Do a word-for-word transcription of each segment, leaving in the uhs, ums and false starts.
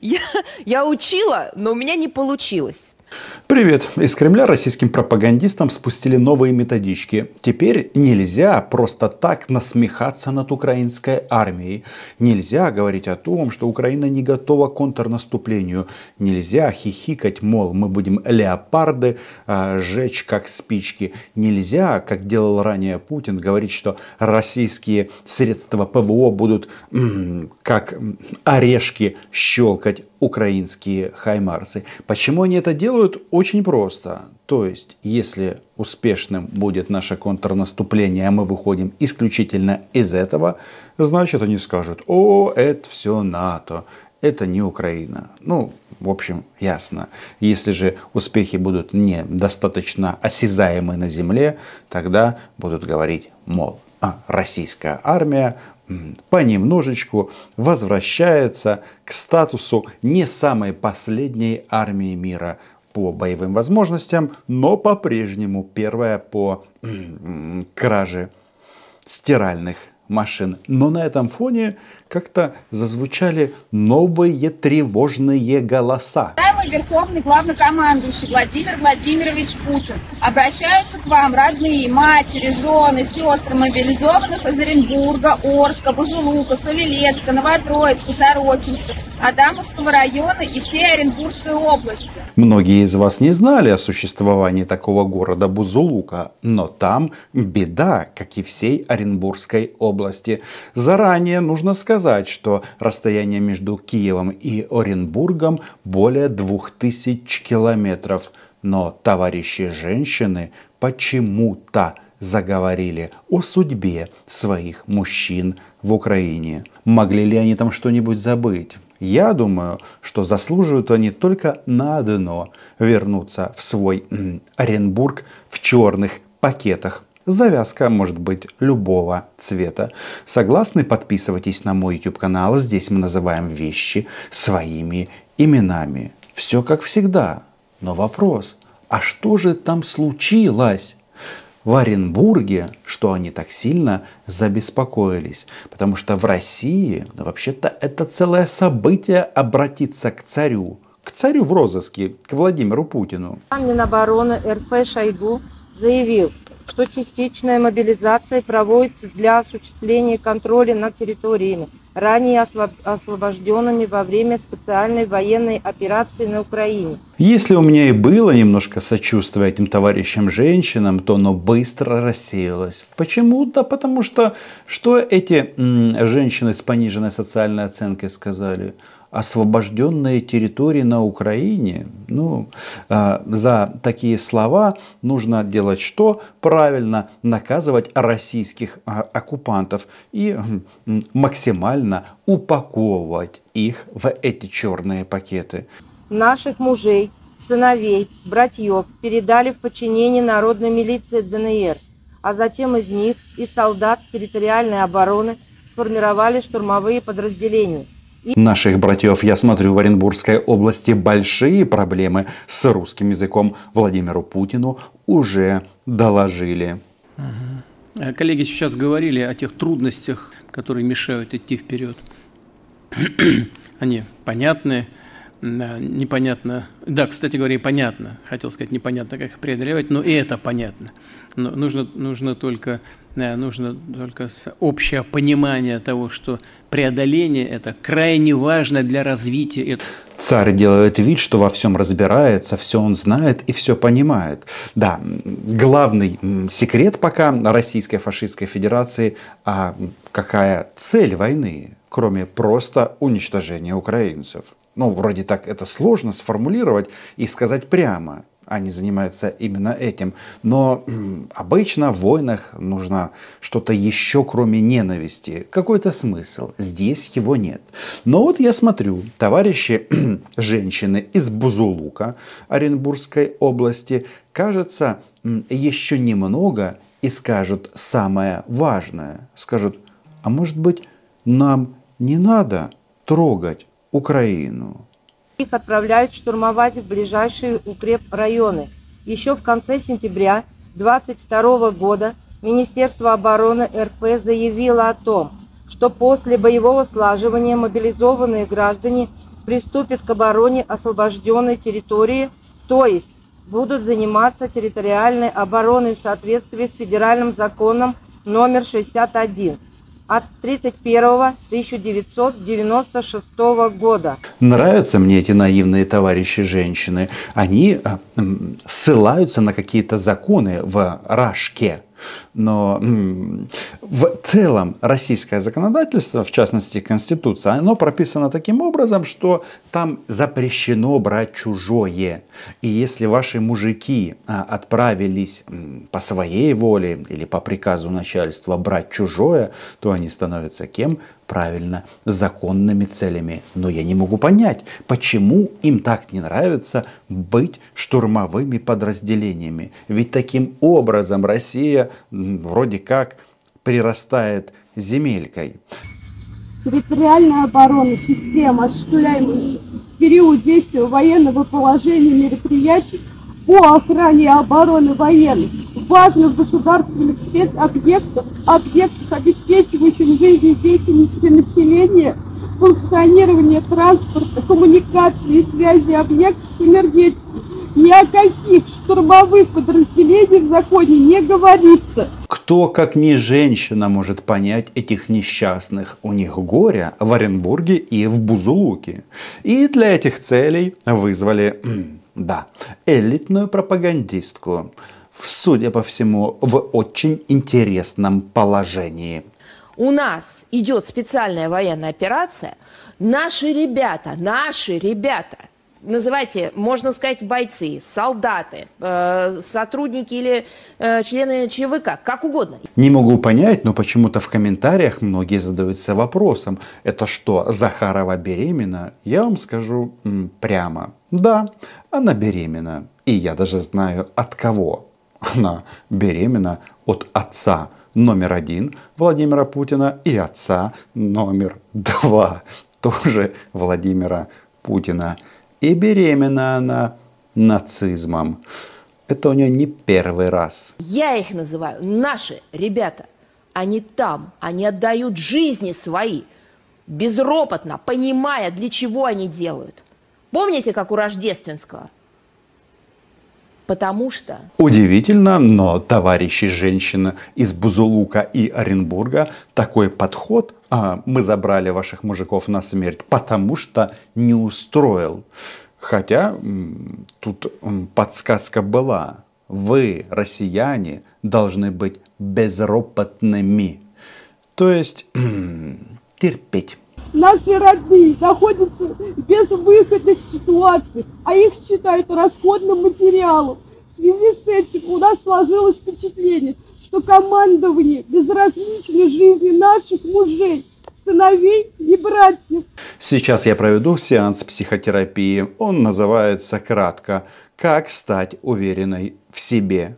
Я, я учила, но у меня не получилось. Привет! Из Кремля российским пропагандистам спустили новые методички. Теперь нельзя просто так насмехаться над украинской армией. Нельзя говорить о том, что Украина не готова к контрнаступлению. Нельзя хихикать, мол, мы будем леопарды а, жечь как спички. Нельзя, как делал ранее Путин, говорить, что российские средства ПВО будут м- как орешки щелкать украинские хаймарсы. Почему они это делают? Очень просто. То есть, если успешным будет наше контрнаступление, а мы выходим исключительно из этого, значит, они скажут: о, это все НАТО, это не Украина. Ну, в общем, ясно. Если же успехи будут недостаточно осязаемы на земле, тогда будут говорить, мол, а, российская армия понемножечку возвращается к статусу не самой последней армии мира по боевым возможностям, но по-прежнему первая по краже стиральных машин. Но на этом фоне как-то зазвучали новые тревожные голоса. Верховный главнокомандующий Владимир Владимирович Путин. Обращаются к вам родные, матери, жены, сестры мобилизованных из Оренбурга, Орска, Бузулука, Солилецка, Новотроицка, Сорочинска, Адамовского района и всей Оренбургской области. Многие из вас не знали о существовании такого города Бузулука, но там беда, как и всей Оренбургской области. Заранее нужно сказать, что расстояние между Киевом и Оренбургом более двух тысяч километров. Но товарищи женщины почему-то заговорили о судьбе своих мужчин в Украине. Могли ли они там что-нибудь забыть? Я думаю, что заслуживают они только на одно – вернуться в свой м, Оренбург в черных пакетах. Завязка может быть любого цвета. Согласны? Подписывайтесь на мой YouTube канал. Здесь мы называем вещи своими именами. Все как всегда. Но вопрос, а что же там случилось в Оренбурге, что они так сильно забеспокоились? Потому что в России, вообще-то, это целое событие обратиться к царю. К царю в розыске, к Владимиру Путину. Минобороны эр эф Шойгу заявил, что частичная мобилизация проводится для осуществления контроля над территориями, ранее освобожденными во время специальной военной операции на Украине. Если у меня и было немножко сочувствия этим товарищам-женщинам, то оно быстро рассеялось. Почему? Да потому что, что эти м, женщины с пониженной социальной оценкой сказали? Освобожденные территории на Украине. Ну, э, за такие слова нужно делать что? Правильно наказывать российских э, оккупантов и э, максимально упаковывать их в эти черные пакеты. Наших мужей, сыновей, братьев передали в подчинение народной милиции дэ эн эр, а затем из них и солдат территориальной обороны сформировали штурмовые подразделения. Наших братьев, я смотрю, в Оренбургской области большие проблемы с русским языком. Владимиру Путину уже доложили. Угу. Коллеги сейчас говорили о тех трудностях, которые мешают идти вперед. Они понятны, непонятно. Да, кстати говоря, и понятно. Хотел сказать, непонятно, как их преодолевать, но и это понятно. Но нужно, нужно только... Нужно только общее понимание того, что преодоление это крайне важно для развития. Царь делает вид, что во всем разбирается, все он знает и все понимает. Да, главный секрет пока Российской фашистской Федерации, а какая цель войны, кроме просто уничтожения украинцев. Ну, вроде так это сложно сформулировать и сказать прямо. Они занимаются именно этим. Но обычно в войнах нужно что-то еще, кроме ненависти. Какой-то смысл. Здесь его нет. Но вот я смотрю, товарищи женщины из Бузулука Оренбургской области, кажется, еще немного и скажут самое важное. Скажут, а может быть, нам не надо трогать Украину? Их отправляют штурмовать в ближайшие укрепрайоны. Еще в конце сентября две тысячи двадцать второго года Министерство обороны эр эф заявило о том, что после боевого слаживания мобилизованные граждане приступит к обороне освобожденной территории, то есть будут заниматься территориальной обороной в соответствии с федеральным законом номер шестьдесят один от тридцать первого тысяча девятьсот девяносто шестого года. Нравятся мне эти наивные товарищи женщины. Они э, ссылаются на какие-то законы в Рашке. Но м, в целом российское законодательство, в частности Конституция, оно прописано таким образом, что там запрещено брать чужое. И если ваши мужики а, отправились м, по своей воле или по приказу начальства брать чужое, то они становятся кем? Правильно, законными целями. Но я не могу понять, почему им так не нравится быть штурмовыми подразделениями. Ведь таким образом Россия вроде как прирастает земелькой. Территориальная оборона, система, осуществляемая в период действия военного положения мероприятий по охране и обороне военных, важных государственных спецобъектов, объектов, обеспечивающих жизнедеятельности населения, функционирование транспорта, коммуникации и связи объектов энергетики. Ни о каких штурмовых подразделениях в законе не говорится. Кто, как не женщина, может понять этих несчастных? У них горе в Оренбурге и в Бузулуке. И для этих целей вызвали, да, элитную пропагандистку. Судя по всему, в очень интересном положении. У нас идет специальная военная операция. Наши ребята, наши ребята, называйте, можно сказать, бойцы, солдаты, э, сотрудники или э, члены ЧВК, как угодно. Не могу понять, но почему-то в комментариях многие задаются вопросом, это что, Захарова беременна? Я вам скажу м, прямо, да, она беременна. И я даже знаю от кого. Она беременна от отца номер один Владимира Путина и отца номер два тоже Владимира Путина. И беременна она нацизмом. Это у нее не первый раз. Я их называю наши ребята. Они там, они отдают жизни свои, безропотно, понимая, для чего они делают. Помните, как у Рождественского? Потому что... Удивительно, но товарищи женщины из Бузулука и Оренбурга такой подход, а, мы забрали ваших мужиков на смерть, потому что не устроил. Хотя м, тут м, подсказка была. Вы, россияне, должны быть безропотными. То есть м, терпеть. Наши родные находятся в безвыходных ситуациях, а их считают расходным материалом. В связи с этим у нас сложилось впечатление, что командование безразлично жизни наших мужей, сыновей и братьев. Сейчас я проведу сеанс психотерапии. Он называется кратко «Как стать уверенной в себе».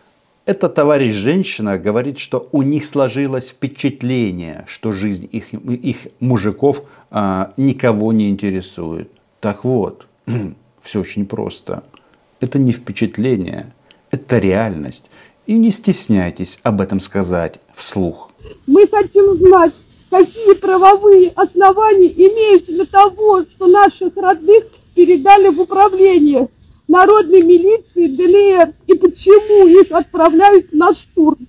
Эта товарищ женщина говорит, что у них сложилось впечатление, что жизнь их, их мужиков а, никого не интересует. Так вот, все очень просто. Это не впечатление, это реальность. И не стесняйтесь об этом сказать вслух. Мы хотим знать, какие правовые основания имеются для того, что наших родных передали в управление народной милиции ДНР и почему их отправляют на штурм.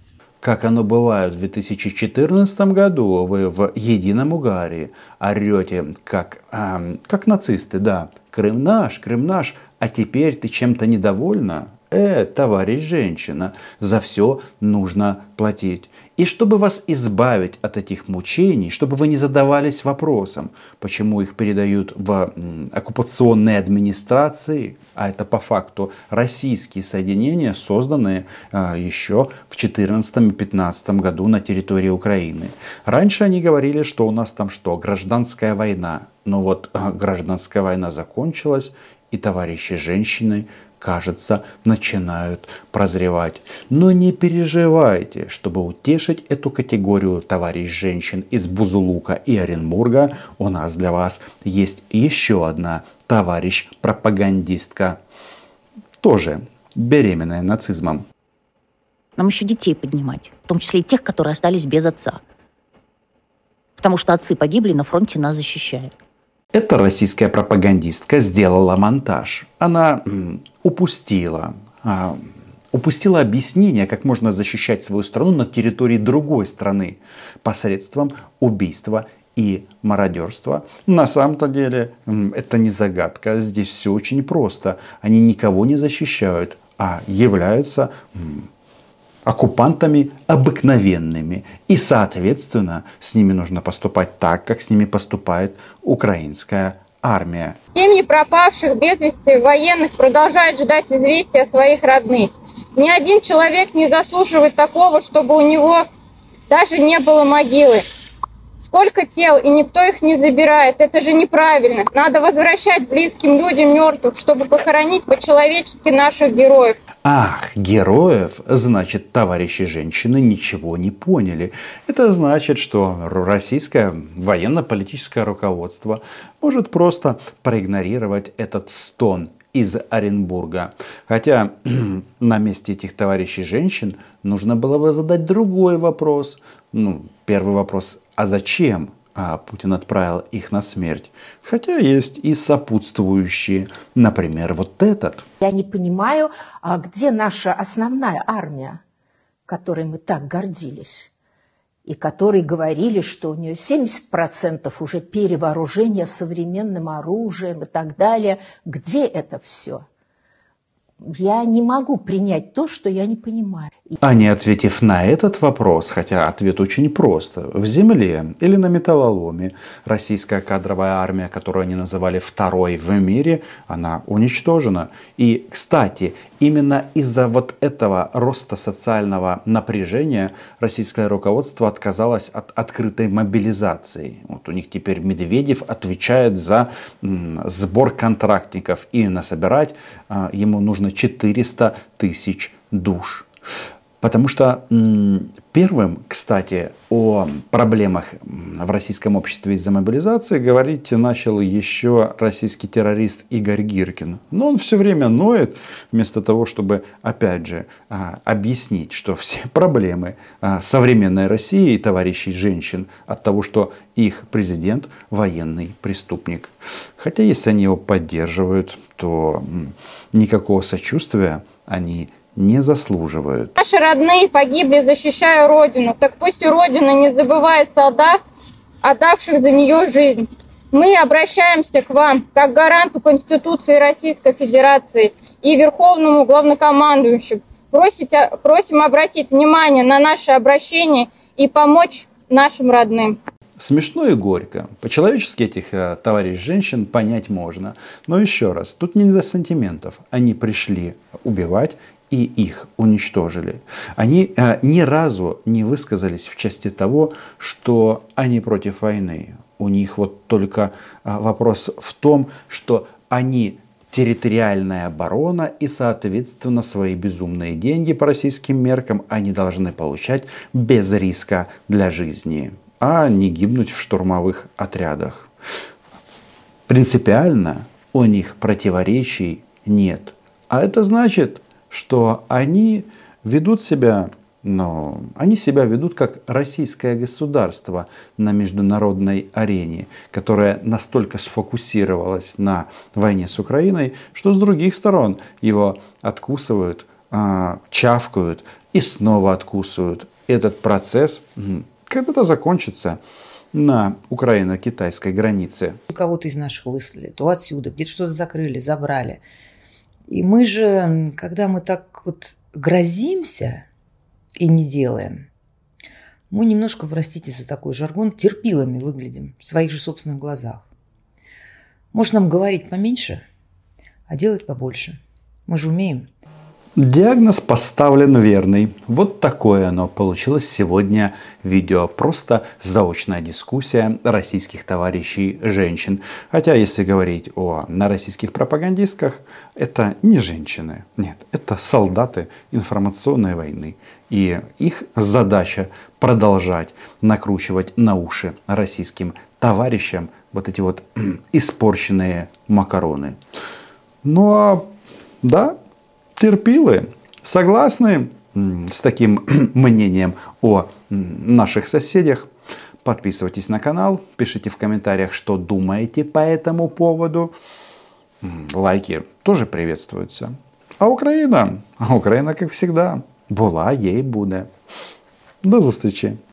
Как оно бывает, в две тысячи четырнадцатом году вы в Едином Угаре орете, как, э, как нацисты, да, Крым наш, Крым наш, а теперь ты чем-то недовольна? Э, товарищ женщина, за все нужно платить. И чтобы вас избавить от этих мучений, чтобы вы не задавались вопросом, почему их передают в оккупационные администрации, а это по факту российские соединения, созданные а, еще в четырнадцатом и пятнадцатом году на территории Украины. Раньше они говорили, что у нас там что, гражданская война. Но вот а, гражданская война закончилась, и товарищи женщины, кажется, начинают прозревать. Но не переживайте, чтобы утешить эту категорию товарищ женщин из Бузулука и Оренбурга, у нас для вас есть еще одна товарищ пропагандистка, тоже беременная нацизмом. Нам еще детей поднимать, в том числе и тех, которые остались без отца. Потому что отцы погибли на фронте, нас защищая. Эта российская пропагандистка сделала монтаж. Она м, упустила, а, упустила объяснение, как можно защищать свою страну на территории другой страны посредством убийства и мародерства. На самом-то деле м, это не загадка. Здесь все очень просто. Они никого не защищают, а являются м, оккупантами обыкновенными. И, соответственно, с ними нужно поступать так, как с ними поступает украинская армия. Семьи пропавших без вести военных продолжают ждать известия о своих родных. Ни один человек не заслуживает такого, чтобы у него даже не было могилы. Сколько тел, и никто их не забирает. Это же неправильно. Надо возвращать близким людям мертвых, чтобы похоронить по-человечески наших героев. Ах, героев, значит, товарищи женщины ничего не поняли. Это значит, что российское военно-политическое руководство может просто проигнорировать этот стон из Оренбурга. Хотя на месте этих товарищей женщин нужно было бы задать другой вопрос. Ну, первый вопрос: а зачем а Путин отправил их на смерть? Хотя есть и сопутствующие. Например, вот этот. Я не понимаю, а где наша основная армия, которой мы так гордились, и которой говорили, что у нее семьдесят процентов уже перевооружения современным оружием и так далее. Где это все? Я не могу принять то, что я не понимаю. А не ответив на этот вопрос, хотя ответ очень прост: в земле или на металлоломе российская кадровая армия, которую они называли второй в мире, она уничтожена. И, кстати, именно из-за вот этого роста социального напряжения российское руководство отказалось от открытой мобилизации. Вот у них теперь Медведев отвечает за м, сбор контрактников. И насобирать а, ему нужно четыреста тысяч душ. Потому что м, первым, кстати, о проблемах в российском обществе из-за мобилизации говорить начал еще российский террорист Игорь Гиркин. Но он все время ноет, вместо того, чтобы, опять же, а, объяснить, что все проблемы а, современной России и товарищей женщин от того, что их президент военный преступник. Хотя если они его поддерживают, то м, никакого сочувствия они не заслуживают. Наши родные погибли, защищая Родину. Так пусть и Родина не забывает солдат, отдавших за нее жизнь. Мы обращаемся к вам, как гаранту Конституции Российской Федерации и Верховному Главнокомандующему. Просить, просим обратить внимание на наше обращение и помочь нашим родным. Смешно и горько. По-человечески этих э, товарищ женщин понять можно. Но еще раз, тут не до сантиментов. Они пришли убивать, и их уничтожили. Они э, ни разу не высказались в части того, что они против войны. У них вот только э, вопрос в том, что они территориальная оборона, и, соответственно, свои безумные деньги по российским меркам они должны получать без риска для жизни, а не гибнуть в штурмовых отрядах. Принципиально у них противоречий нет. А это значит, что они ведут себя, ну, они себя ведут как российское государство на международной арене, которое настолько сфокусировалось на войне с Украиной, что с других сторон его откусывают, а, чавкают и снова откусывают. Этот процесс когда-то закончится на украино-китайской границе. Кого-то из наших выслали, то отсюда, где-то что-то закрыли, забрали. И мы же, когда мы так вот грозимся и не делаем, мы немножко, простите за такой жаргон, терпилами выглядим в своих же собственных глазах. Может, нам говорить поменьше, а делать побольше. Мы же умеем. Диагноз поставлен верный. Вот такое оно получилось сегодня видео. Просто заочная дискуссия российских товарищей женщин. Хотя, если говорить о на российских пропагандистках, это не женщины. Нет, это солдаты информационной войны. И их задача продолжать накручивать на уши российским товарищам вот эти вот испорченные макароны. Ну а да, терпилы согласны с таким мнением о наших соседях? Подписывайтесь на канал, пишите в комментариях, что думаете по этому поводу. Лайки тоже приветствуются. А Украина? А Украина, как всегда, була, є й буде. До зустрічі!